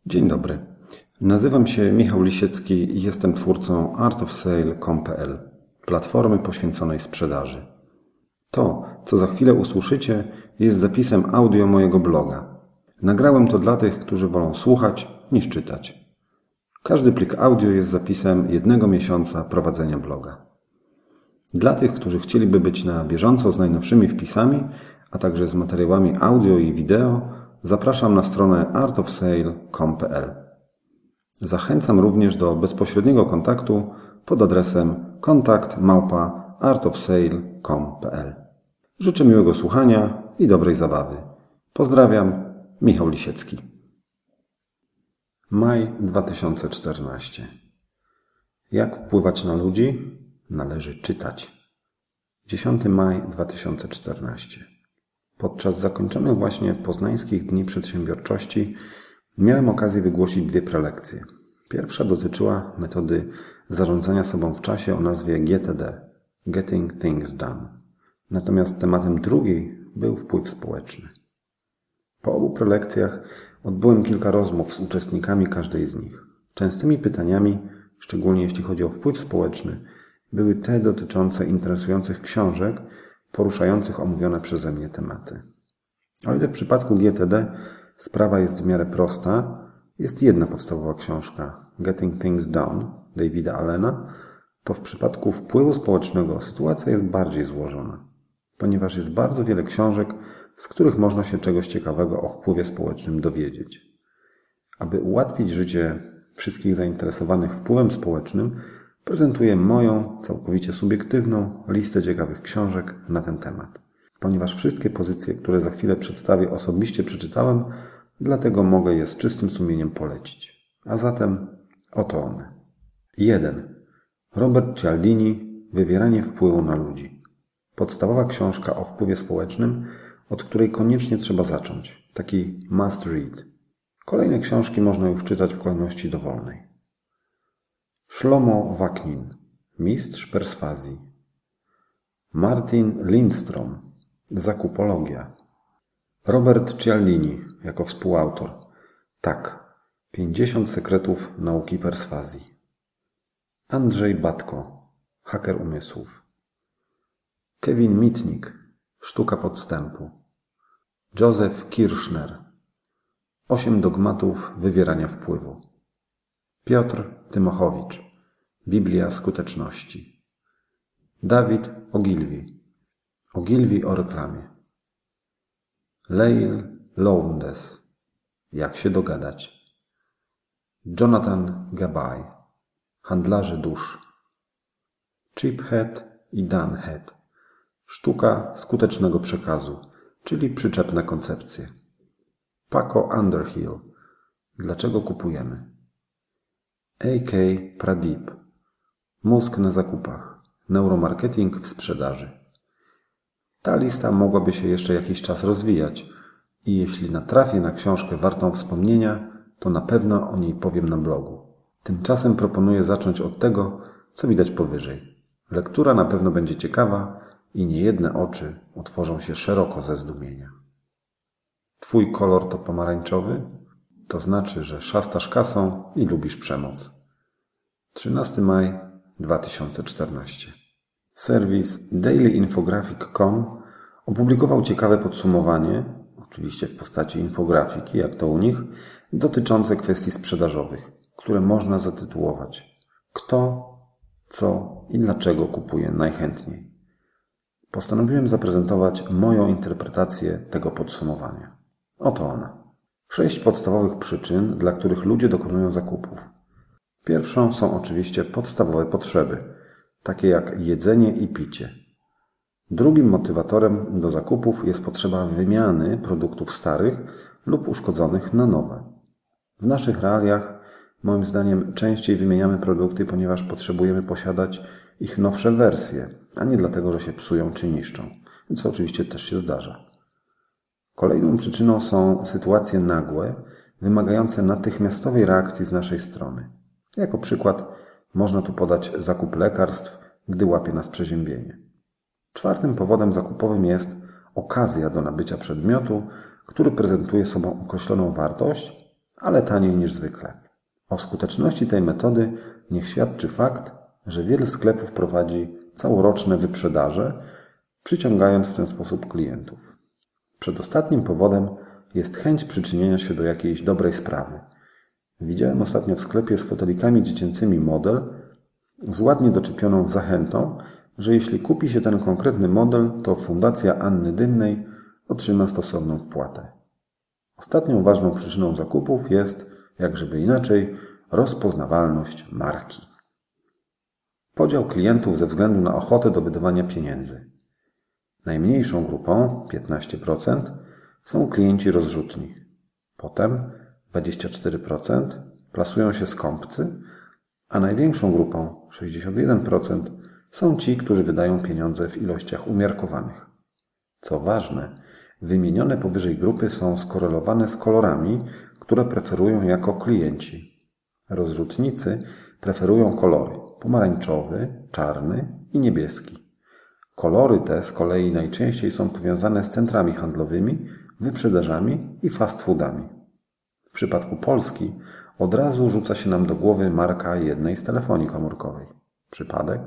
Dzień dobry. Nazywam się Michał Lisiecki i jestem twórcą artofsale.com.pl, platformy poświęconej sprzedaży. To, co za chwilę usłyszycie, jest zapisem audio mojego bloga. Nagrałem to dla tych, którzy wolą słuchać niż czytać. Każdy plik audio jest zapisem 1 miesiąca prowadzenia bloga. Dla tych, którzy chcieliby być na bieżąco z najnowszymi wpisami, a także z materiałami audio i wideo, zapraszam na stronę artofsale.com.pl. Zachęcam również do bezpośredniego kontaktu pod adresem kontakt@artofsale.com.pl. Życzę miłego słuchania i dobrej zabawy. Pozdrawiam, Michał Lisiecki. Maj 2014. Jak wpływać na ludzi? Należy czytać. 10 maj 2014. Podczas zakończonych właśnie poznańskich Dni Przedsiębiorczości miałem okazję wygłosić 2 prelekcje. Pierwsza dotyczyła metody zarządzania sobą w czasie o nazwie GTD – Getting Things Done. Natomiast tematem drugiej był wpływ społeczny. Po obu prelekcjach odbyłem kilka rozmów z uczestnikami każdej z nich. Częstymi pytaniami, szczególnie jeśli chodzi o wpływ społeczny, były te dotyczące interesujących książek poruszających omówione przeze mnie tematy. O ile w przypadku GTD sprawa jest w miarę prosta, jest jedna podstawowa książka Getting Things Done Davida Allena, to w przypadku wpływu społecznego sytuacja jest bardziej złożona, ponieważ jest bardzo wiele książek, z których można się czegoś ciekawego o wpływie społecznym dowiedzieć. Aby ułatwić życie wszystkich zainteresowanych wpływem społecznym, prezentuję moją, całkowicie subiektywną listę ciekawych książek na ten temat. Ponieważ wszystkie pozycje, które za chwilę przedstawię, osobiście przeczytałem, dlatego mogę je z czystym sumieniem polecić. A zatem oto one. 1. Robert Cialdini Wywieranie wpływu na ludzi. Podstawowa książka o wpływie społecznym, od której koniecznie trzeba zacząć. Taki must read. Kolejne książki można już czytać w kolejności dowolnej. Shlomo Waknin, Mistrz perswazji. Martin Lindstrom, Zakupologia. Robert Cialdini jako współautor. Tak, 50 sekretów nauki perswazji. Andrzej Batko, Haker umysłów. Kevin Mitnick, Sztuka podstępu. Joseph Kirschner, 8 dogmatów wywierania wpływu. Piotr Tymochowicz, Biblia skuteczności. Dawid Ogilvy, Ogilvy o reklamie. Lael Lowndes, Jak się dogadać. Jonathan Gabay, Handlarze dusz. Chip Head i Dan Head, Sztuka skutecznego przekazu, czyli przyczepne koncepcje. Paco Underhill, Dlaczego kupujemy. A.K. Pradeep, Mózg na zakupach, neuromarketing w sprzedaży. Ta lista mogłaby się jeszcze jakiś czas rozwijać i jeśli natrafię na książkę wartą wspomnienia, to na pewno o niej powiem na blogu. Tymczasem proponuję zacząć od tego, co widać powyżej. Lektura na pewno będzie ciekawa i niejedne oczy otworzą się szeroko ze zdumienia. Twój kolor to pomarańczowy? To znaczy, że szastasz kasą i lubisz przemoc. 13 maj 2014. Serwis dailyinfographic.com opublikował ciekawe podsumowanie, oczywiście w postaci infografiki, jak to u nich, dotyczące kwestii sprzedażowych, które można zatytułować Kto, co i dlaczego kupuje najchętniej. Postanowiłem zaprezentować moją interpretację tego podsumowania. Oto ona. 6 podstawowych przyczyn, dla których ludzie dokonują zakupów. Pierwszą są oczywiście podstawowe potrzeby, takie jak jedzenie i picie. Drugim motywatorem do zakupów jest potrzeba wymiany produktów starych lub uszkodzonych na nowe. W naszych realiach, moim zdaniem, częściej wymieniamy produkty, ponieważ potrzebujemy posiadać ich nowsze wersje, a nie dlatego, że się psują czy niszczą, co oczywiście też się zdarza. Kolejną przyczyną są sytuacje nagłe, wymagające natychmiastowej reakcji z naszej strony. Jako przykład można tu podać zakup lekarstw, gdy łapie nas przeziębienie. 4. powodem zakupowym jest okazja do nabycia przedmiotu, który prezentuje sobą określoną wartość ale taniej niż zwykle. O skuteczności tej metody niech świadczy fakt, że wiele sklepów prowadzi całoroczne wyprzedaże, przyciągając w ten sposób klientów. Przedostatnim powodem jest chęć przyczynienia się do jakiejś dobrej sprawy. Widziałem ostatnio w sklepie z fotelikami dziecięcymi model z ładnie doczepioną zachętą, że jeśli kupi się ten konkretny model, to Fundacja Anny Dymnej otrzyma stosowną wpłatę. Ostatnią ważną przyczyną zakupów jest, jakżeby inaczej, rozpoznawalność marki. Podział klientów ze względu na ochotę do wydawania pieniędzy. Najmniejszą grupą, 15%, są klienci rozrzutni. Potem 24% plasują się skąpcy, a największą grupą, 61%, są ci, którzy wydają pieniądze w ilościach umiarkowanych. Co ważne, wymienione powyżej grupy są skorelowane z kolorami, które preferują jako klienci. Rozrzutnicy preferują kolory pomarańczowy, czarny i niebieski. Kolory te z kolei najczęściej są powiązane z centrami handlowymi, wyprzedażami i fast foodami. W przypadku Polski od razu rzuca się nam do głowy marka jednej z telefonii komórkowej. Przypadek?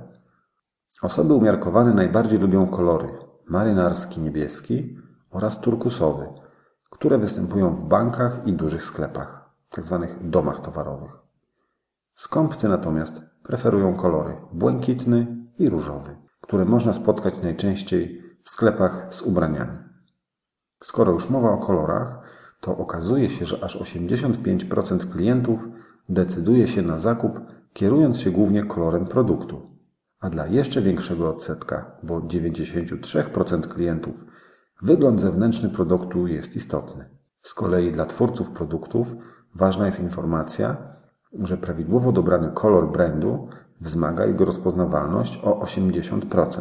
Osoby umiarkowane najbardziej lubią kolory marynarski niebieski oraz turkusowy, które występują w bankach i dużych sklepach, tzw. domach towarowych. Skąpcy natomiast preferują kolory błękitny i różowy, które można spotkać najczęściej w sklepach z ubraniami. Skoro już mowa o kolorach, to okazuje się, że aż 85% klientów decyduje się na zakup, kierując się głównie kolorem produktu. A dla jeszcze większego odsetka, bo 93% klientów, wygląd zewnętrzny produktu jest istotny. Z kolei dla twórców produktów ważna jest informacja, że prawidłowo dobrany kolor brandu wzmaga jego rozpoznawalność o 80%.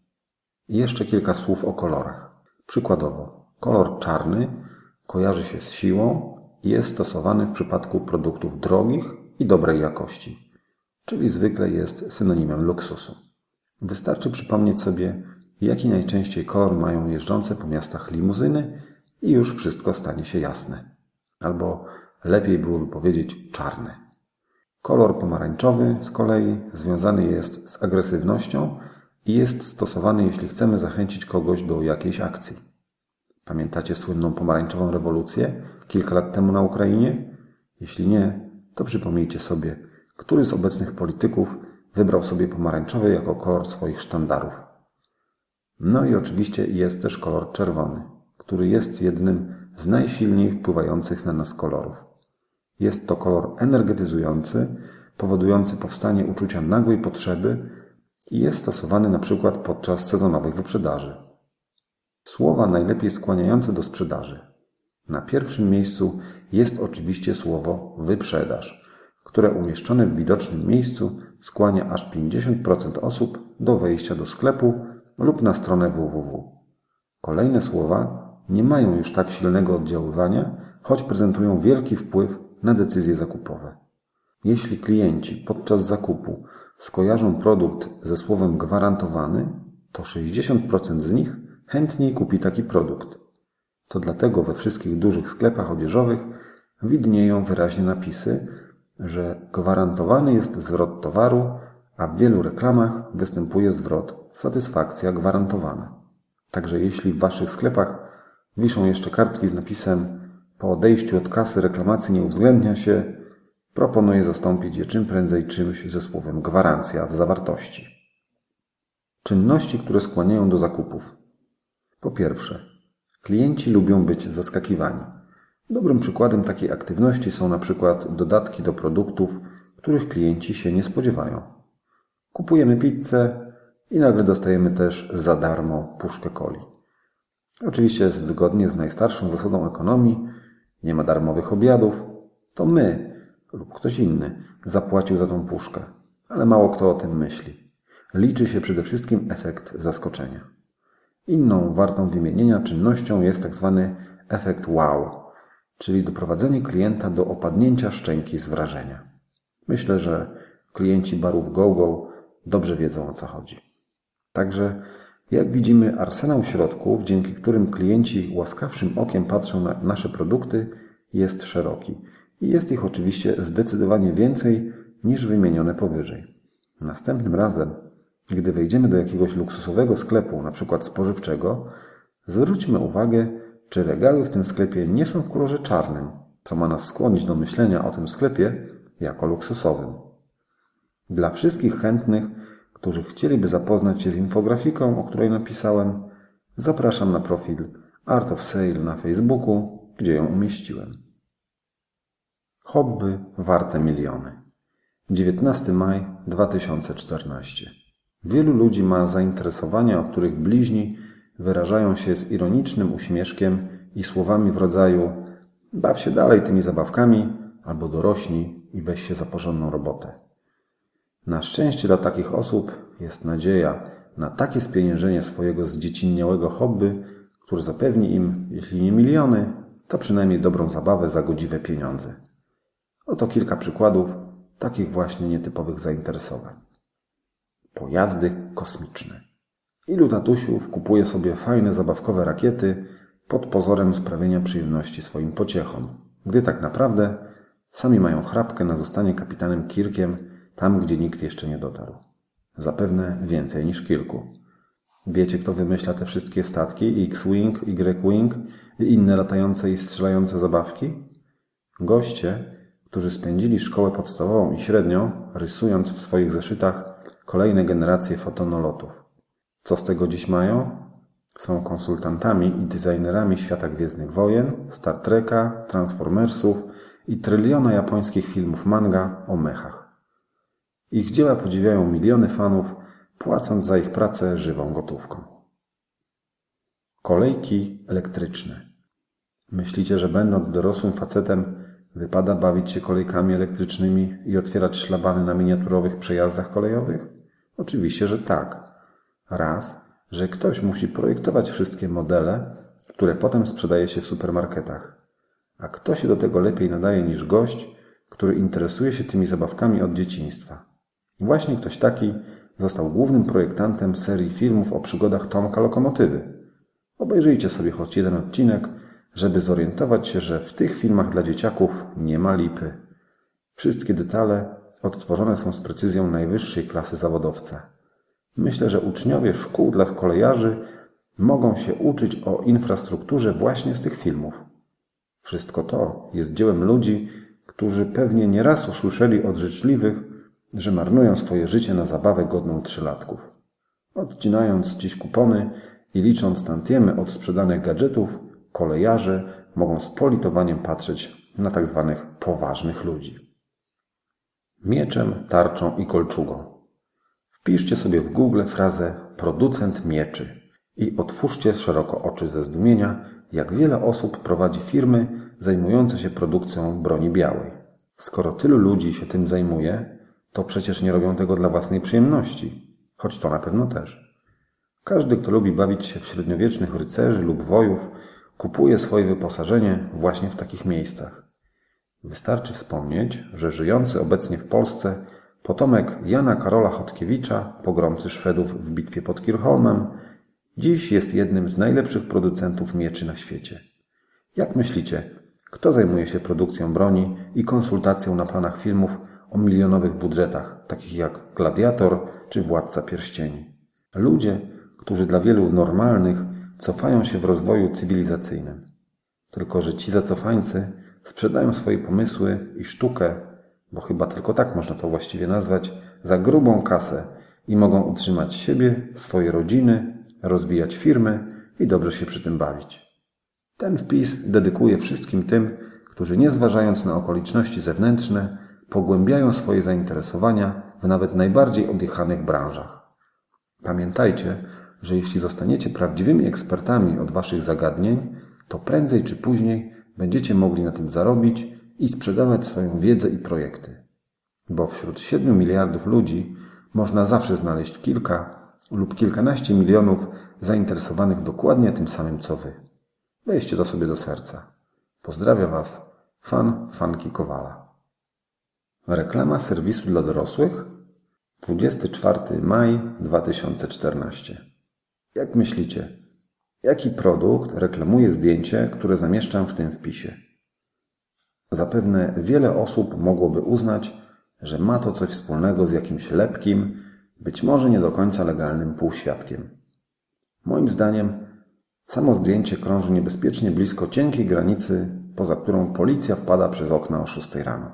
I jeszcze kilka słów o kolorach. Przykładowo, kolor czarny kojarzy się z siłą i jest stosowany w przypadku produktów drogich i dobrej jakości, czyli zwykle jest synonimem luksusu. Wystarczy przypomnieć sobie, jaki najczęściej kolor mają jeżdżące po miastach limuzyny i już wszystko stanie się jasne. Albo lepiej byłoby powiedzieć czarny. Kolor pomarańczowy z kolei związany jest z agresywnością i jest stosowany, jeśli chcemy zachęcić kogoś do jakiejś akcji. Pamiętacie słynną pomarańczową rewolucję kilka lat temu na Ukrainie? Jeśli nie, to przypomnijcie sobie, który z obecnych polityków wybrał sobie pomarańczowy jako kolor swoich sztandarów. No i oczywiście jest też kolor czerwony, który jest jednym z najsilniej wpływających na nas kolorów. Jest to kolor energetyzujący, powodujący powstanie uczucia nagłej potrzeby i jest stosowany na przykład podczas sezonowych wyprzedaży. Słowa najlepiej skłaniające do sprzedaży. Na pierwszym miejscu jest oczywiście słowo wyprzedaż, które umieszczone w widocznym miejscu skłania aż 50% osób do wejścia do sklepu lub na stronę www. Kolejne słowa nie mają już tak silnego oddziaływania, choć prezentują wielki wpływ na decyzje zakupowe. Jeśli klienci podczas zakupu skojarzą produkt ze słowem gwarantowany, to 60% z nich chętniej kupi taki produkt. To dlatego we wszystkich dużych sklepach odzieżowych widnieją wyraźnie napisy, że gwarantowany jest zwrot towaru, a w wielu reklamach występuje zwrot satysfakcja gwarantowana. Także jeśli w Waszych sklepach wiszą jeszcze kartki z napisem po odejściu od kasy reklamacji nie uwzględnia się, proponuję zastąpić je czym prędzej czymś ze słowem gwarancja w zawartości. Czynności, które skłaniają do zakupów. Po pierwsze, klienci lubią być zaskakiwani. Dobrym przykładem takiej aktywności są na przykład dodatki do produktów, których klienci się nie spodziewają. Kupujemy pizzę i nagle dostajemy też za darmo puszkę coli. Oczywiście zgodnie z najstarszą zasadą ekonomii, nie ma darmowych obiadów, to my lub ktoś inny zapłacił za tą puszkę, ale mało kto o tym myśli. Liczy się przede wszystkim efekt zaskoczenia. Inną wartą wymienienia czynnością jest tzw. efekt wow, czyli doprowadzenie klienta do opadnięcia szczęki z wrażenia. Myślę, że klienci barów GoGo dobrze wiedzą, o co chodzi. Także, jak widzimy, arsenał środków, dzięki którym klienci łaskawszym okiem patrzą na nasze produkty, jest szeroki I jest ich oczywiście zdecydowanie więcej niż wymienione powyżej. Następnym razem, gdy wejdziemy do jakiegoś luksusowego sklepu, np. spożywczego, zwróćmy uwagę, czy regały w tym sklepie nie są w kolorze czarnym, co ma nas skłonić do myślenia o tym sklepie jako luksusowym. Dla wszystkich chętnych, którzy chcieliby zapoznać się z infografiką, o której napisałem, zapraszam na profil Art of Sale na Facebooku, gdzie ją umieściłem. Hobby warte miliony. 19 maj 2014. Wielu ludzi ma zainteresowania, o których bliźni wyrażają się z ironicznym uśmieszkiem i słowami w rodzaju baw się dalej tymi zabawkami albo dorośnij i weź się za porządną robotę. Na szczęście dla takich osób jest nadzieja na takie spieniężenie swojego zdziecinniałego hobby, które zapewni im, jeśli nie miliony, to przynajmniej dobrą zabawę za godziwe pieniądze. Oto kilka przykładów takich właśnie nietypowych zainteresowań. Pojazdy kosmiczne. Ilu tatusiów kupuje sobie fajne zabawkowe rakiety pod pozorem sprawienia przyjemności swoim pociechom, gdy tak naprawdę sami mają chrapkę na zostanie kapitanem Kirkiem tam, gdzie nikt jeszcze nie dotarł. Zapewne więcej niż kilku. Wiecie, kto wymyśla te wszystkie statki X-Wing, Y-Wing i inne latające i strzelające zabawki? Goście, którzy spędzili szkołę podstawową i średnią, rysując w swoich zeszytach kolejne generacje fotonolotów. Co z tego dziś mają? Są konsultantami i designerami świata Gwiezdnych Wojen, Star Treka, Transformersów i tryliona japońskich filmów manga o mechach. Ich dzieła podziwiają miliony fanów, płacąc za ich pracę żywą gotówką. Kolejki elektryczne. Myślicie, że będąc dorosłym facetem wypada bawić się kolejkami elektrycznymi i otwierać szlabany na miniaturowych przejazdach kolejowych? Oczywiście, że tak. Raz, że ktoś musi projektować wszystkie modele, które potem sprzedaje się w supermarketach. A kto się do tego lepiej nadaje niż gość, który interesuje się tymi zabawkami od dzieciństwa? I właśnie ktoś taki został głównym projektantem serii filmów o przygodach Tomka Lokomotywy. Obejrzyjcie sobie choć jeden odcinek, żeby zorientować się, że w tych filmach dla dzieciaków nie ma lipy. Wszystkie detale odtworzone są z precyzją najwyższej klasy zawodowca. Myślę, że uczniowie szkół dla kolejarzy mogą się uczyć o infrastrukturze właśnie z tych filmów. Wszystko to jest dziełem ludzi, którzy pewnie nieraz usłyszeli od życzliwych, że marnują swoje życie na zabawę godną trzylatków. Odcinając dziś kupony i licząc tantiemy od sprzedanych gadżetów, kolejarze mogą z politowaniem patrzeć na tak zwanych poważnych ludzi. Mieczem, tarczą i kolczugą. Wpiszcie sobie w Google frazę producent mieczy i otwórzcie szeroko oczy ze zdumienia, jak wiele osób prowadzi firmy zajmujące się produkcją broni białej. Skoro tylu ludzi się tym zajmuje, to przecież nie robią tego dla własnej przyjemności, choć to na pewno też. Każdy, kto lubi bawić się w średniowiecznych rycerzy lub wojów, kupuje swoje wyposażenie właśnie w takich miejscach. Wystarczy wspomnieć, że żyjący obecnie w Polsce potomek Jana Karola Chodkiewicza, pogromcy Szwedów w bitwie pod Kirchholmem, dziś jest jednym z najlepszych producentów mieczy na świecie. Jak myślicie, kto zajmuje się produkcją broni i konsultacją na planach filmów o milionowych budżetach, takich jak Gladiator czy Władca Pierścieni? Ludzie, którzy dla wielu normalnych cofają się w rozwoju cywilizacyjnym. Tylko że ci zacofańcy sprzedają swoje pomysły i sztukę, bo chyba tylko tak można to właściwie nazwać, za grubą kasę i mogą utrzymać siebie, swoje rodziny, rozwijać firmy i dobrze się przy tym bawić. Ten wpis dedykuję wszystkim tym, którzy nie zważając na okoliczności zewnętrzne, pogłębiają swoje zainteresowania w nawet najbardziej odjechanych branżach. Pamiętajcie, że jeśli zostaniecie prawdziwymi ekspertami od waszych zagadnień, to prędzej czy później będziecie mogli na tym zarobić i sprzedawać swoją wiedzę i projekty. Bo wśród 7 miliardów ludzi można zawsze znaleźć kilka lub kilkanaście milionów zainteresowanych dokładnie tym samym co wy. Weźcie to sobie do serca. Pozdrawia was fanki Kowala. Reklama serwisu dla dorosłych? 24 maj 2014. Jak myślicie, jaki produkt reklamuje zdjęcie, które zamieszczam w tym wpisie? Zapewne wiele osób mogłoby uznać, że ma to coś wspólnego z jakimś lepkim, być może nie do końca legalnym półświadkiem. Moim zdaniem samo zdjęcie krąży niebezpiecznie blisko cienkiej granicy, poza którą policja wpada przez okna o 6 rano.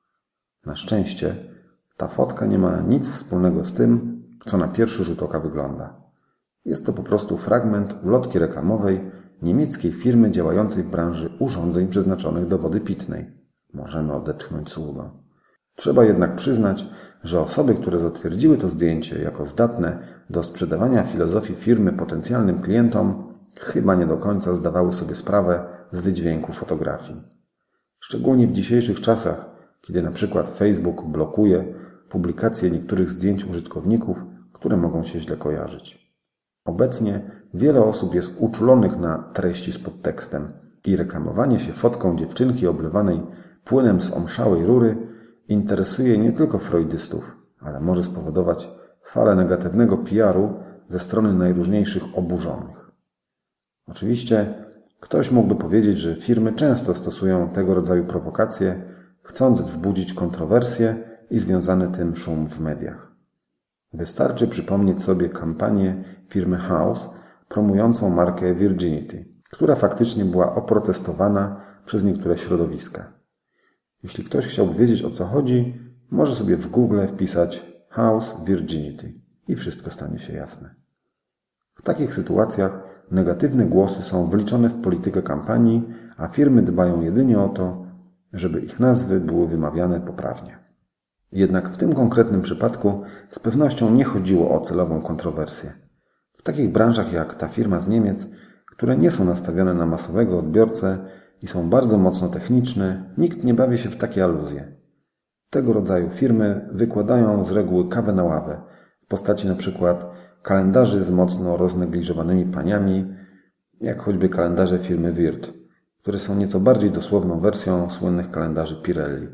Na szczęście ta fotka nie ma nic wspólnego z tym, co na pierwszy rzut oka wygląda. Jest to po prostu fragment ulotki reklamowej niemieckiej firmy działającej w branży urządzeń przeznaczonych do wody pitnej. Możemy odetchnąć z ulgą. Trzeba jednak przyznać, że osoby, które zatwierdziły to zdjęcie jako zdatne do sprzedawania filozofii firmy potencjalnym klientom, chyba nie do końca zdawały sobie sprawę z wydźwięku fotografii. Szczególnie w dzisiejszych czasach, kiedy na przykład Facebook blokuje publikację niektórych zdjęć użytkowników, które mogą się źle kojarzyć. Obecnie wiele osób jest uczulonych na treści z podtekstem i reklamowanie się fotką dziewczynki oblewanej płynem z omszałej rury interesuje nie tylko freudystów, ale może spowodować falę negatywnego PR-u ze strony najróżniejszych oburzonych. Oczywiście ktoś mógłby powiedzieć, że firmy często stosują tego rodzaju prowokacje, chcąc wzbudzić kontrowersje i związany tym szum w mediach. Wystarczy przypomnieć sobie kampanię firmy House promującą markę Virginity, która faktycznie była oprotestowana przez niektóre środowiska. Jeśli ktoś chciałby wiedzieć, o co chodzi, może sobie w Google wpisać House Virginity i wszystko stanie się jasne. W takich sytuacjach negatywne głosy są wliczone w politykę kampanii, a firmy dbają jedynie o to, żeby ich nazwy były wymawiane poprawnie. Jednak w tym konkretnym przypadku z pewnością nie chodziło o celową kontrowersję. W takich branżach jak ta firma z Niemiec, które nie są nastawione na masowego odbiorcę i są bardzo mocno techniczne, nikt nie bawi się w takie aluzje. Tego rodzaju firmy wykładają z reguły kawę na ławę w postaci np. kalendarzy z mocno roznegliżowanymi paniami, jak choćby kalendarze firmy Wirth, które są nieco bardziej dosłowną wersją słynnych kalendarzy Pirelli.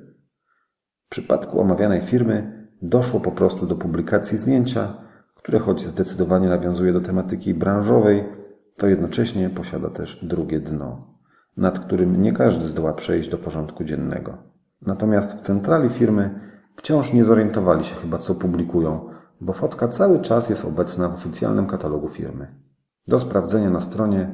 W przypadku omawianej firmy doszło po prostu do publikacji zdjęcia, które choć zdecydowanie nawiązuje do tematyki branżowej, to jednocześnie posiada też drugie dno, nad którym nie każdy zdoła przejść do porządku dziennego. Natomiast w centrali firmy wciąż nie zorientowali się chyba, co publikują, bo fotka cały czas jest obecna w oficjalnym katalogu firmy. Do sprawdzenia na stronie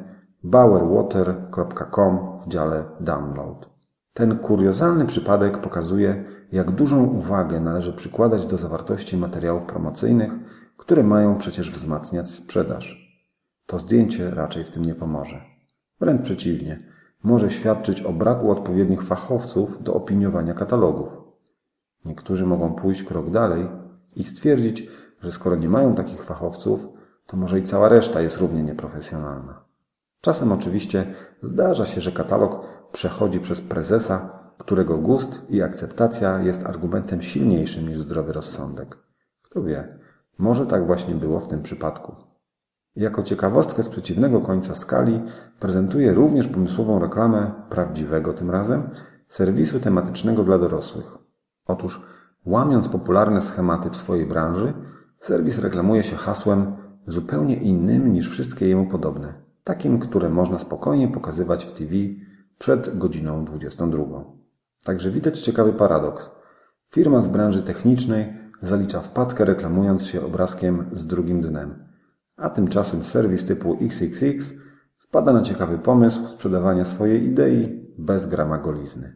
bauerwater.com w dziale Download. Ten kuriozalny przypadek pokazuje, jak dużą uwagę należy przykładać do zawartości materiałów promocyjnych, które mają przecież wzmacniać sprzedaż. To zdjęcie raczej w tym nie pomoże. Wręcz przeciwnie, może świadczyć o braku odpowiednich fachowców do opiniowania katalogów. Niektórzy mogą pójść krok dalej i stwierdzić, że skoro nie mają takich fachowców, to może i cała reszta jest równie nieprofesjonalna. Czasem oczywiście zdarza się, że katalog przechodzi przez prezesa, którego gust i akceptacja jest argumentem silniejszym niż zdrowy rozsądek. Kto wie, może tak właśnie było w tym przypadku. Jako ciekawostkę z przeciwnego końca skali prezentuje również pomysłową reklamę prawdziwego tym razem serwisu tematycznego dla dorosłych. Otóż, łamiąc popularne schematy w swojej branży, serwis reklamuje się hasłem zupełnie innym niż wszystkie jemu podobne, takim, które można spokojnie pokazywać w TV przed godziną 22. Także widać ciekawy paradoks. Firma z branży technicznej zalicza wpadkę reklamując się obrazkiem z drugim dnem, a tymczasem serwis typu XXX wpada na ciekawy pomysł sprzedawania swojej idei bez grama golizny.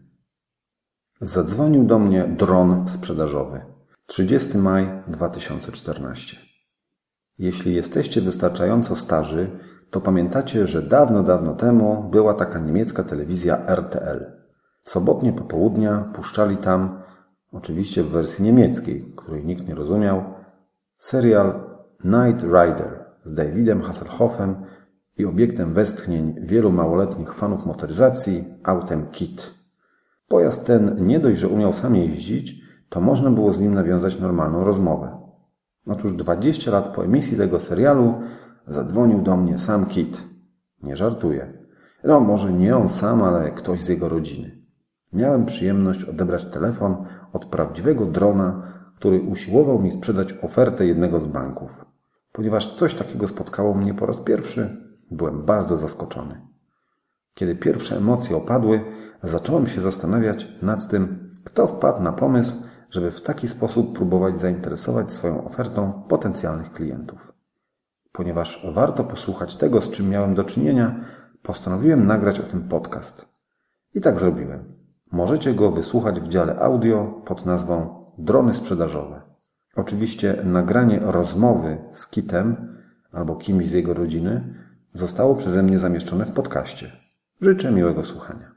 Zadzwonił do mnie dron sprzedażowy. 30 maj 2014. Jeśli jesteście wystarczająco starzy, to pamiętacie, że dawno, dawno temu była taka niemiecka telewizja RTL. Sobotnie popołudnia puszczali tam, oczywiście w wersji niemieckiej, której nikt nie rozumiał, serial Knight Rider z Davidem Hasselhoffem i obiektem westchnień wielu małoletnich fanów motoryzacji autem KIT. Pojazd ten nie dość, że umiał sam jeździć, to można było z nim nawiązać normalną rozmowę. Otóż 20 lat po emisji tego serialu zadzwonił do mnie sam KIT. Nie żartuję. No może nie on sam, ale ktoś z jego rodziny. Miałem przyjemność odebrać telefon od prawdziwego drona, który usiłował mi sprzedać ofertę jednego z banków. Ponieważ coś takiego spotkało mnie po raz pierwszy, byłem bardzo zaskoczony. Kiedy pierwsze emocje opadły, zacząłem się zastanawiać nad tym, kto wpadł na pomysł, żeby w taki sposób próbować zainteresować swoją ofertą potencjalnych klientów. Ponieważ warto posłuchać tego, z czym miałem do czynienia, postanowiłem nagrać o tym podcast. I tak zrobiłem. Możecie go wysłuchać w dziale audio pod nazwą Drony sprzedażowe. Oczywiście nagranie rozmowy z Kitem albo kimś z jego rodziny zostało przeze mnie zamieszczone w podcaście. Życzę miłego słuchania.